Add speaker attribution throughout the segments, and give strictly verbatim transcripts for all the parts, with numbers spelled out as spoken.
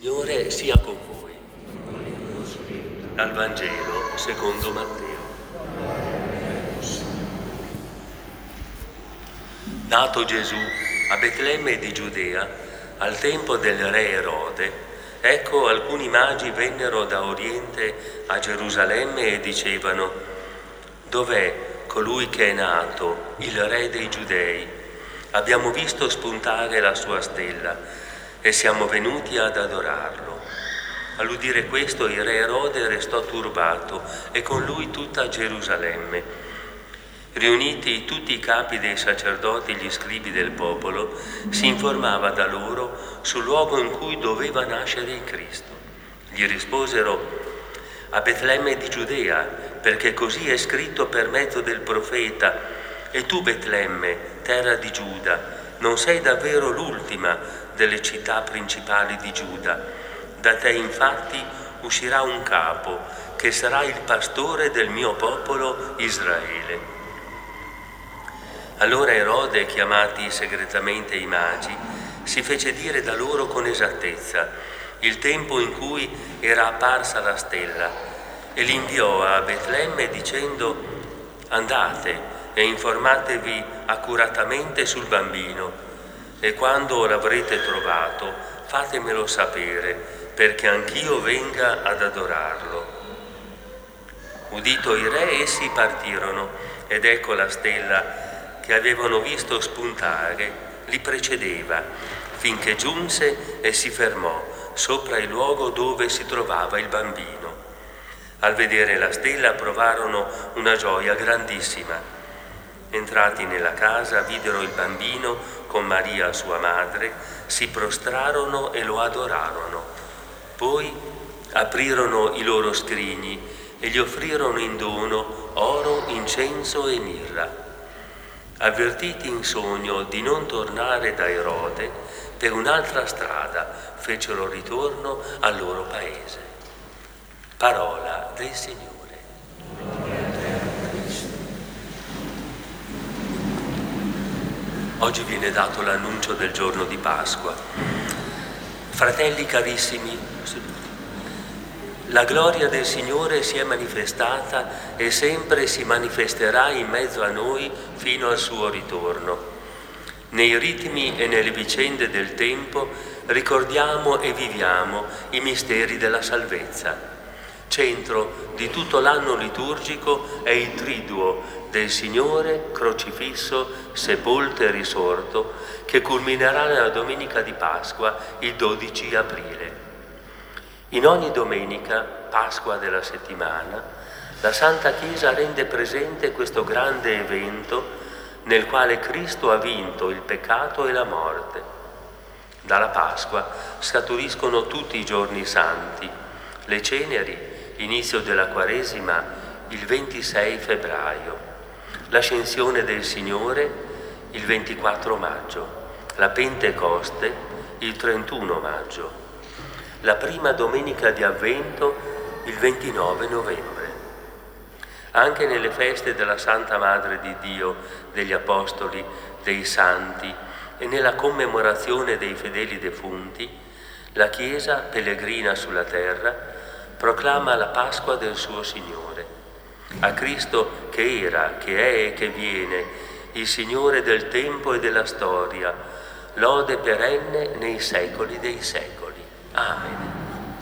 Speaker 1: Signore sia con voi. Dal Vangelo secondo Matteo. Nato Gesù a Betlemme di Giudea, al tempo del re Erode, ecco alcuni magi vennero da Oriente a Gerusalemme e dicevano: dov'è colui che è nato, il re dei Giudei? Abbiamo visto spuntare la sua stella e siamo venuti ad adorarlo. All'udire questo il re Erode restò turbato e con lui tutta Gerusalemme. Riuniti tutti i capi dei sacerdoti e gli scribi del popolo, si informava da loro sul luogo in cui doveva nascere il Cristo. Gli risposero: a Betlemme di Giudea, perché così è scritto per mezzo del profeta: e tu, Betlemme, terra di Giuda, non sei davvero l'ultima delle città principali di Giuda. Da te infatti uscirà un capo che sarà il pastore del mio popolo Israele. Allora Erode, chiamati segretamente i magi, si fece dire da loro con esattezza il tempo in cui era apparsa la stella e li inviò a Betlemme dicendo: andate e informatevi accuratamente sul bambino, e quando l'avrete trovato fatemelo sapere, perché anch'io venga ad adorarlo. Udito il re, essi partirono, ed ecco la stella che avevano visto spuntare li precedeva, finché giunse e si fermò sopra il luogo dove si trovava il bambino. Al vedere la stella provarono una gioia grandissima. Entrati nella casa, videro il bambino con Maria sua madre, si prostrarono e lo adorarono. Poi aprirono i loro scrigni e gli offrirono in dono oro, incenso e mirra. Avvertiti in sogno di non tornare da Erode, per un'altra strada fecero ritorno al loro paese. Parola del Signore. Oggi viene dato l'annuncio del giorno di Pasqua. Fratelli carissimi, la gloria del Signore si è manifestata e sempre si manifesterà in mezzo a noi fino al suo ritorno. Nei ritmi e nelle vicende del tempo ricordiamo e viviamo i misteri della salvezza. Centro di tutto l'anno liturgico è il triduo del Signore crocifisso, sepolto e risorto, che culminerà nella domenica di Pasqua, il dodici aprile. In ogni domenica, Pasqua della settimana, la Santa Chiesa rende presente questo grande evento nel quale Cristo ha vinto il peccato e la morte. Dalla Pasqua scaturiscono tutti i giorni santi, le ceneri, inizio della Quaresima, il ventisei febbraio, l'ascensione del Signore, il ventiquattro maggio, la Pentecoste, il trentuno maggio, la prima domenica di Avvento, il ventinove novembre. Anche nelle feste della Santa Madre di Dio, degli Apostoli, dei Santi e nella commemorazione dei fedeli defunti, la Chiesa, pellegrina sulla terra, proclama la Pasqua del suo Signore. A Cristo che era, che è e che viene, il Signore del tempo e della storia, lode perenne nei secoli dei secoli. Amen.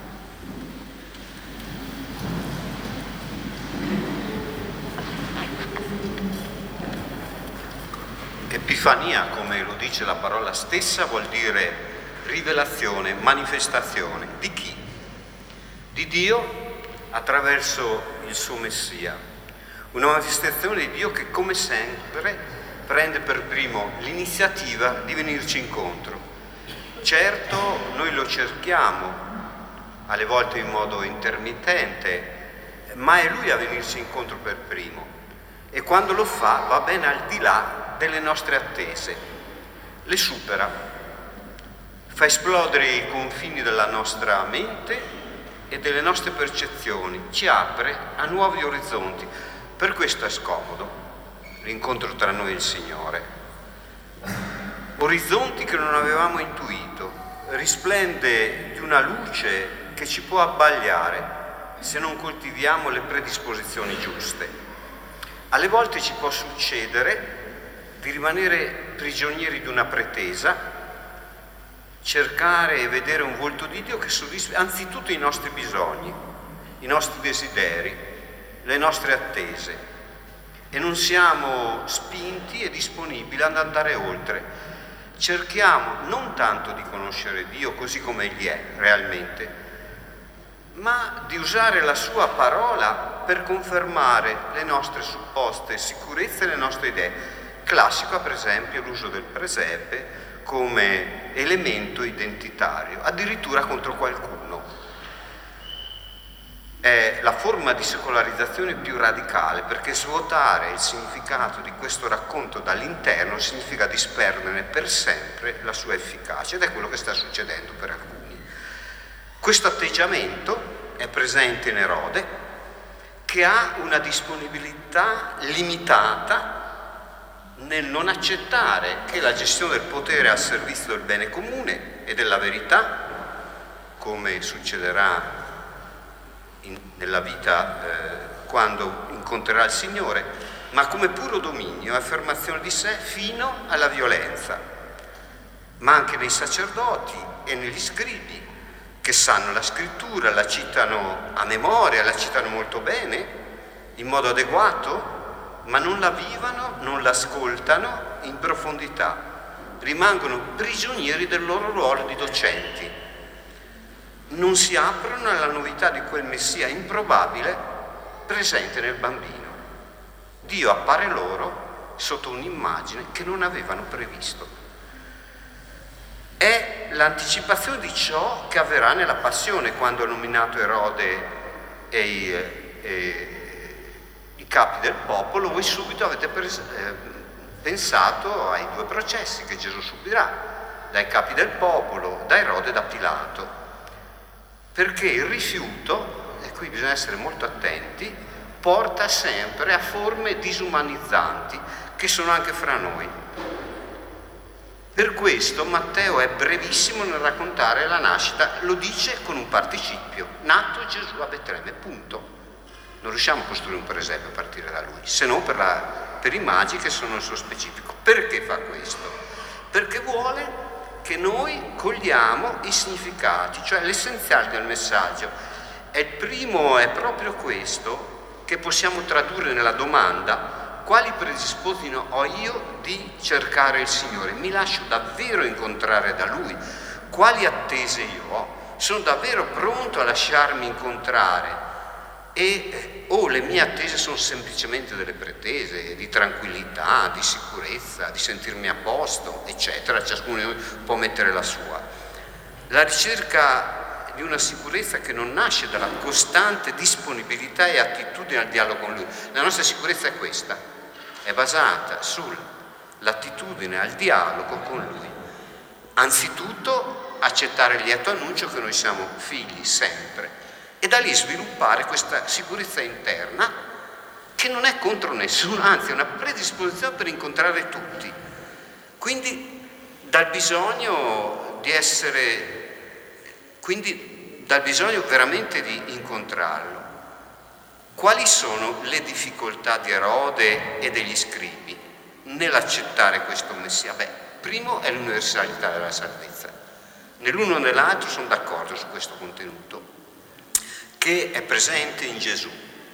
Speaker 2: Epifania, come lo dice la parola stessa, vuol dire rivelazione, manifestazione. Di chi? Di Dio attraverso il suo Messia. Una manifestazione di Dio che, come sempre, prende per primo l'iniziativa di venirci incontro. Certo, noi lo cerchiamo, alle volte in modo intermittente, ma è Lui a venirci incontro per primo. E quando lo fa, va ben al di là delle nostre attese, le supera, fa esplodere i confini della nostra mente e delle nostre percezioni, ci apre a nuovi orizzonti. Per questo è scomodo l'incontro tra noi e il Signore. Orizzonti che non avevamo intuito, risplende di una luce che ci può abbagliare se non coltiviamo le predisposizioni giuste. Alle volte ci può succedere di rimanere prigionieri di una pretesa, cercare e vedere un volto di Dio che soddisfi anzitutto i nostri bisogni, i nostri desideri, le nostre attese, e non siamo spinti e disponibili ad andare oltre. Cerchiamo non tanto di conoscere Dio così come Egli è realmente, ma di usare la sua parola per confermare le nostre supposte sicurezze e le nostre idee. Classico, per esempio, l'uso del presepe come elemento identitario, addirittura contro qualcuno. È la forma di secolarizzazione più radicale, perché svuotare il significato di questo racconto dall'interno significa disperderne per sempre la sua efficacia, ed è quello che sta succedendo per alcuni. Questo atteggiamento è presente in Erode, che ha una disponibilità limitata nel non accettare che la gestione del potere al servizio del bene comune e della verità, come succederà in, nella vita eh, quando incontrerà il Signore, ma come puro dominio e affermazione di sé fino alla violenza, ma anche nei sacerdoti e negli scribi, che sanno la scrittura, la citano a memoria, la citano molto bene, in modo adeguato, ma non la vivano, non l'ascoltano in profondità, rimangono prigionieri del loro ruolo di docenti, non si aprono alla novità di quel Messia improbabile presente nel bambino. Dio appare loro sotto un'immagine che non avevano previsto. È l'anticipazione di ciò che avverrà nella passione, quando ha nominato Erode e i, e i capi del popolo. Voi subito avete pres- eh, pensato ai due processi che Gesù subirà, dai capi del popolo, da Erode e da Pilato, perché il rifiuto, e qui bisogna essere molto attenti, porta sempre a forme disumanizzanti che sono anche fra noi. Per questo Matteo è brevissimo nel raccontare la nascita, lo dice con un participio: nato Gesù a Betlemme, punto. Non riusciamo a costruire un presepe a partire da lui, se non per, la, per i magi che sono il suo specifico. Perché fa questo? Perché vuole che noi cogliamo i significati, cioè l'essenziale del messaggio. E il primo è proprio questo, che possiamo tradurre nella domanda: quali predisposizioni ho io di cercare il Signore? Mi lascio davvero incontrare da Lui? Quali attese io ho? Sono davvero pronto a lasciarmi incontrare? E o oh, le mie attese sono semplicemente delle pretese di tranquillità, di sicurezza, di sentirmi a posto, eccetera. Ciascuno di noi può mettere la sua. La ricerca di una sicurezza che non nasce dalla costante disponibilità e attitudine al dialogo con Lui. La nostra sicurezza è questa. È basata sull'attitudine al dialogo con Lui. Anzitutto accettare il lieto annuncio che noi siamo figli sempre, e da lì sviluppare questa sicurezza interna che non è contro nessuno, anzi è una predisposizione per incontrare tutti. Quindi dal bisogno di essere, quindi dal bisogno veramente di incontrarlo. Quali sono le difficoltà di Erode e degli scribi nell'accettare questo Messia? Beh, primo è l'universalità della salvezza. Nell'uno e nell'altro sono d'accordo su questo contenuto, che è presente in Gesù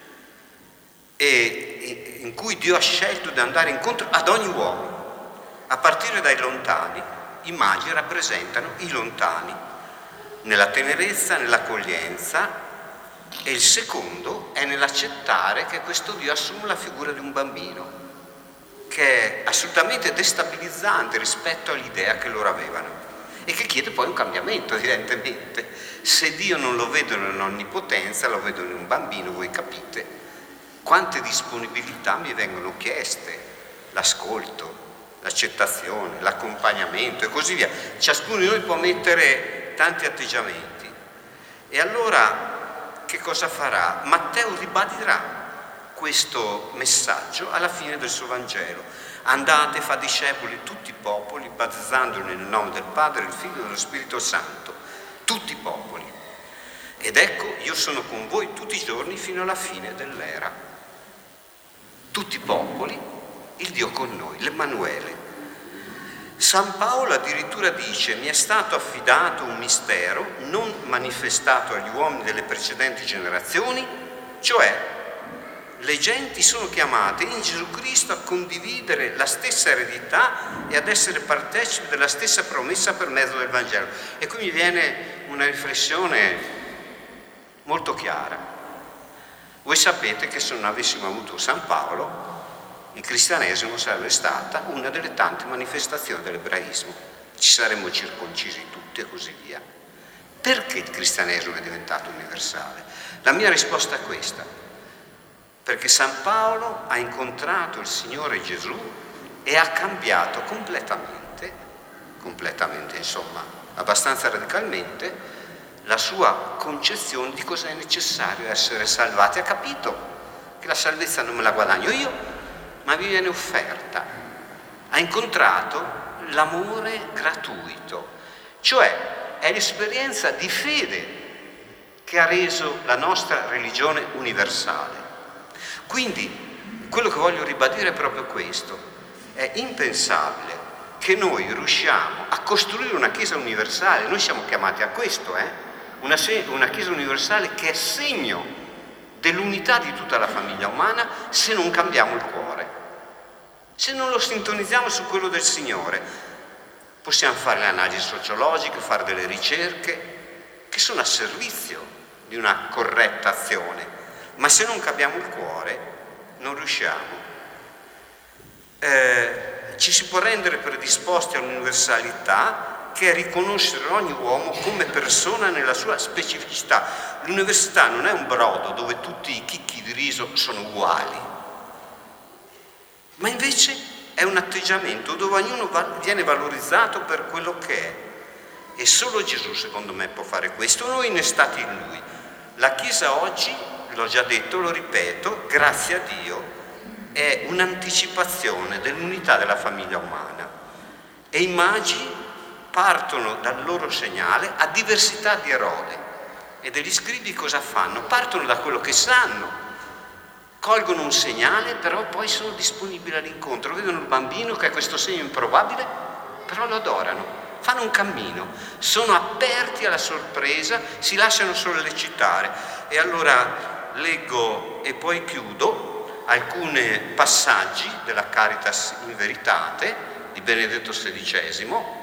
Speaker 2: e in cui Dio ha scelto di andare incontro ad ogni uomo, a partire dai lontani. I magi rappresentano i lontani, nella tenerezza, nell'accoglienza. E il secondo è nell'accettare che questo Dio assume la figura di un bambino, che è assolutamente destabilizzante rispetto all'idea che loro avevano e che chiede poi un cambiamento, evidentemente. Se Dio non lo vedono in onnipotenza, lo vedono in un bambino. Voi capite quante disponibilità mi vengono chieste: l'ascolto, l'accettazione, l'accompagnamento e così via. Ciascuno di noi può mettere tanti atteggiamenti. E allora che cosa farà? Matteo ribadirà questo messaggio alla fine del suo Vangelo. Andate, fa discepoli tutti i popoli, battezzandoli nel nome del Padre, del Figlio e dello Spirito Santo. Tutti i popoli. Ed ecco, io sono con voi tutti i giorni fino alla fine dell'era. Tutti i popoli, il Dio con noi, l'Emmanuele. San Paolo addirittura dice: mi è stato affidato un mistero non manifestato agli uomini delle precedenti generazioni, cioè le genti sono chiamate in Gesù Cristo a condividere la stessa eredità e ad essere partecipi della stessa promessa per mezzo del Vangelo. E qui mi viene una riflessione molto chiara. Voi sapete che se non avessimo avuto San Paolo, il cristianesimo sarebbe stata una delle tante manifestazioni dell'ebraismo. Ci saremmo circoncisi tutti e così via. Perché il cristianesimo è diventato universale? La mia risposta è questa: perché San Paolo ha incontrato il Signore Gesù e ha cambiato completamente, completamente insomma, abbastanza radicalmente, la sua concezione di cosa è necessario essere salvati. Ha capito che la salvezza non me la guadagno io, ma mi viene offerta. Ha incontrato l'amore gratuito, cioè è l'esperienza di fede che ha reso la nostra religione universale. Quindi quello che voglio ribadire è proprio questo: è impensabile che noi riusciamo a costruire una Chiesa universale, noi siamo chiamati a questo, eh? una, se- una Chiesa universale che è segno dell'unità di tutta la famiglia umana, se non cambiamo il cuore, se non lo sintonizziamo su quello del Signore. Possiamo fare le analisi sociologiche, fare delle ricerche che sono a servizio di una corretta azione, ma se non capiamo il cuore non riusciamo. Eh, ci si può rendere predisposti all'universalità, che è riconoscere ogni uomo come persona nella sua specificità. L'università non è un brodo dove tutti i chicchi di riso sono uguali, ma invece è un atteggiamento dove ognuno va, viene valorizzato per quello che è. E solo Gesù, secondo me, può fare questo. Noi innestati in Lui. La Chiesa oggi, l'ho già detto, lo ripeto, grazie a Dio, è un'anticipazione dell'unità della famiglia umana. E i magi partono dal loro segnale a diversità di Erode. E degli scribi cosa fanno? Partono da quello che sanno, colgono un segnale, però poi sono disponibili all'incontro. Vedono il bambino che ha questo segno improbabile, però lo adorano. Fanno un cammino, sono aperti alla sorpresa, si lasciano sollecitare. E allora leggo e poi chiudo alcuni passaggi della Caritas in Veritate di Benedetto sedicesimo,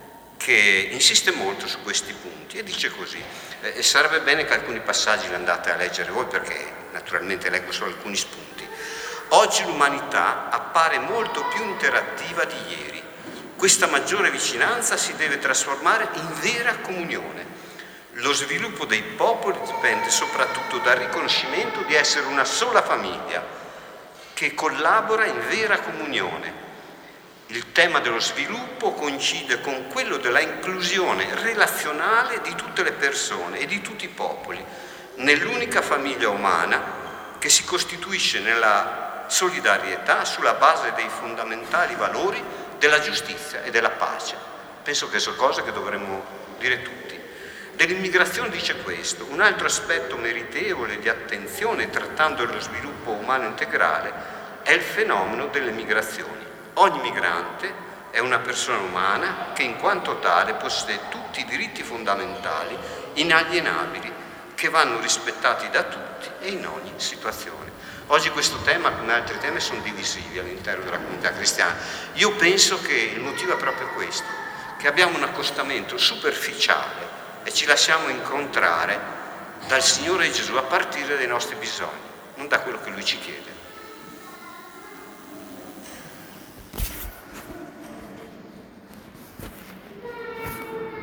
Speaker 2: che insiste molto su questi punti e dice così. E sarebbe bene che alcuni passaggi li andate a leggere voi, perché naturalmente leggo solo alcuni spunti. Oggi l'umanità appare molto più interattiva di ieri. Questa maggiore vicinanza si deve trasformare in vera comunione. Lo sviluppo dei popoli dipende soprattutto dal riconoscimento di essere una sola famiglia che collabora in vera comunione. Il tema dello sviluppo coincide con quello della inclusione relazionale di tutte le persone e di tutti i popoli nell'unica famiglia umana che si costituisce nella solidarietà sulla base dei fondamentali valori della giustizia e della pace. Penso che sono cose che dovremmo dire tutti. Dell'immigrazione dice questo: un altro aspetto meritevole di attenzione trattando dello sviluppo umano integrale è il fenomeno delle migrazioni. Ogni migrante è una persona umana che in quanto tale possiede tutti i diritti fondamentali inalienabili che vanno rispettati da tutti e in ogni situazione. Oggi questo tema, come altri temi, sono divisivi all'interno della comunità cristiana. Io penso che il motivo è proprio questo, che abbiamo un accostamento superficiale e ci lasciamo incontrare dal Signore Gesù a partire dai nostri bisogni, non da quello che Lui ci chiede.